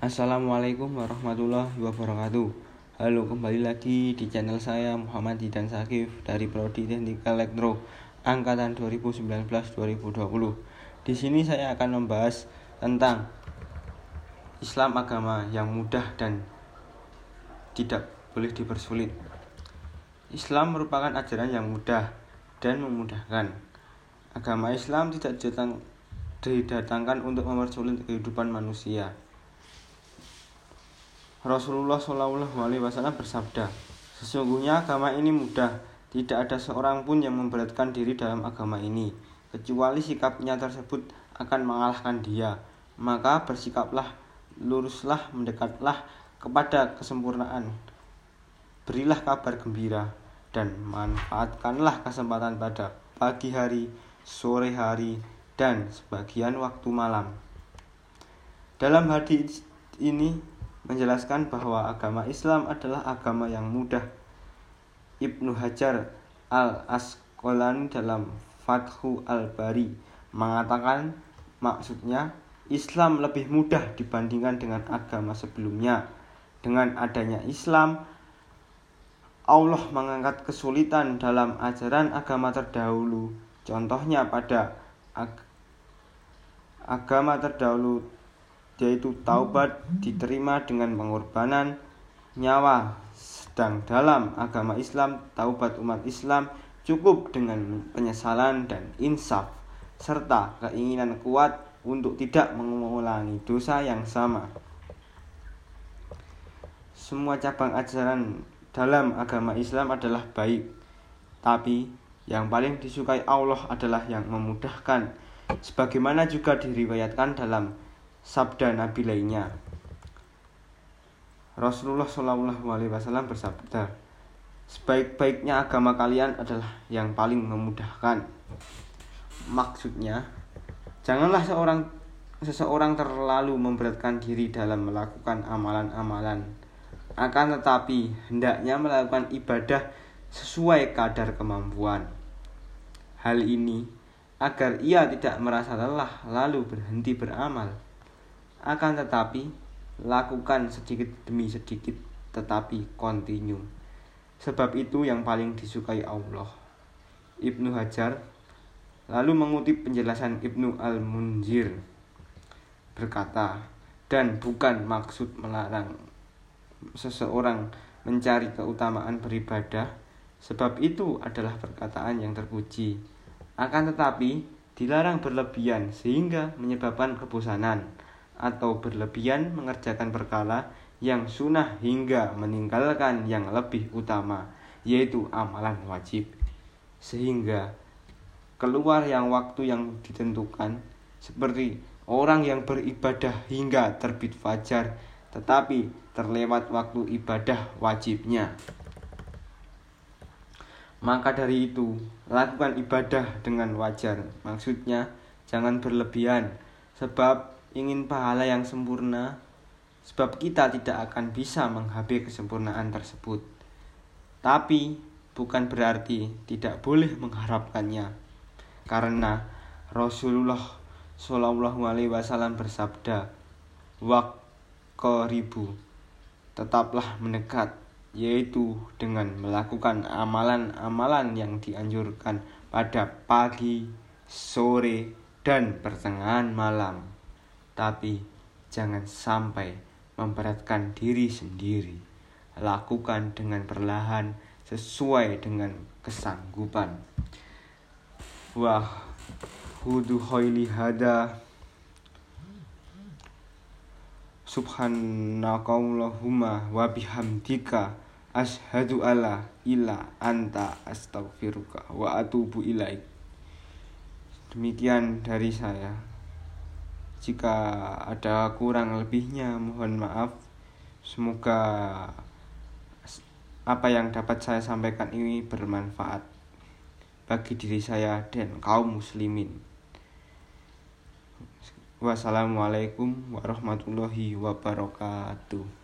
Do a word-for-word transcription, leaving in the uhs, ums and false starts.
Assalamualaikum warahmatullahi wabarakatuh. Halo, kembali lagi di channel saya Muhammad Didan Sakif dari Prodi Teknik Elektro angkatan dua ribu sembilan belas dua ribu dua puluh. Di sini saya akan membahas tentang Islam, agama yang mudah dan tidak boleh dipersulit. Islam merupakan ajaran yang mudah dan memudahkan. Agama Islam tidak didatangkan untuk mempersulit kehidupan manusia. Rasulullah shallallahu alaihi wasallam bersabda, "Sesungguhnya agama ini mudah, tidak ada seorang pun yang memberatkan diri dalam agama ini, kecuali sikapnya tersebut akan mengalahkan dia. Maka bersikaplah, luruslah, mendekatlah kepada kesempurnaan. Berilah kabar gembira dan manfaatkanlah kesempatan pada pagi hari, sore hari, dan sebagian waktu malam." Dalam hadis ini menjelaskan bahwa agama Islam adalah agama yang mudah. Ibnu Hajar al-Asqalani dalam Fathul Bari mengatakan, maksudnya Islam lebih mudah dibandingkan dengan agama sebelumnya. Dengan adanya Islam, Allah mengangkat kesulitan dalam ajaran agama terdahulu. Contohnya pada ag- agama terdahulu yaitu taubat diterima dengan pengorbanan nyawa, sedang dalam agama Islam taubat umat Islam cukup dengan penyesalan dan insaf serta keinginan kuat untuk tidak mengulangi dosa yang sama. Semua cabang ajaran dalam agama Islam adalah baik, tapi yang paling disukai Allah adalah yang memudahkan, sebagaimana juga diriwayatkan dalam sabda Nabi lainnya. Rasulullah shallallahu alaihi wasallam bersabda, "Sebaik-baiknya agama kalian adalah yang paling memudahkan." Maksudnya, janganlah seorang seseorang terlalu memberatkan diri dalam melakukan amalan-amalan. Akan tetapi, hendaknya melakukan ibadah sesuai kadar kemampuan. Hal ini agar ia tidak merasa lelah lalu berhenti beramal. Akan tetapi, lakukan sedikit demi sedikit tetapi kontinu. Sebab itu yang paling disukai Allah. Ibnu Hajar lalu mengutip penjelasan Ibnu Al-Munzir berkata, "Dan bukan maksud melarang seseorang mencari keutamaan beribadah, sebab itu adalah perkataan yang terpuji. Akan tetapi, dilarang berlebihan sehingga menyebabkan kebosanan, atau berlebihan mengerjakan perkara yang sunnah hingga meninggalkan yang lebih utama, yaitu amalan wajib, sehingga keluar yang waktu yang ditentukan, seperti orang yang beribadah hingga terbit fajar tetapi terlewat waktu ibadah wajibnya. Maka dari itu, lakukan ibadah dengan wajar, maksudnya jangan berlebihan, sebab ingin pahala yang sempurna, sebab kita tidak akan bisa menggapai kesempurnaan tersebut. Tapi bukan berarti tidak boleh mengharapkannya, karena Rasulullah shallallahu alaihi wasallam bersabda, "Waqaribu, tetaplah mendekat, yaitu dengan melakukan amalan-amalan yang dianjurkan pada pagi, sore, dan pertengahan malam. Tapi jangan sampai memberatkan diri sendiri. Lakukan dengan perlahan sesuai dengan kesanggupan." Wah, hudu khaili hada. Subhanakallahumma wa bihamdika asyhadu alla ilaha anta astaghfiruka wa atubu ilaik. Demikian dari saya. Jika ada kurang lebihnya mohon maaf. Semoga apa yang dapat saya sampaikan ini bermanfaat bagi diri saya dan kaum muslimin. Wassalamualaikum warahmatullahi wabarakatuh.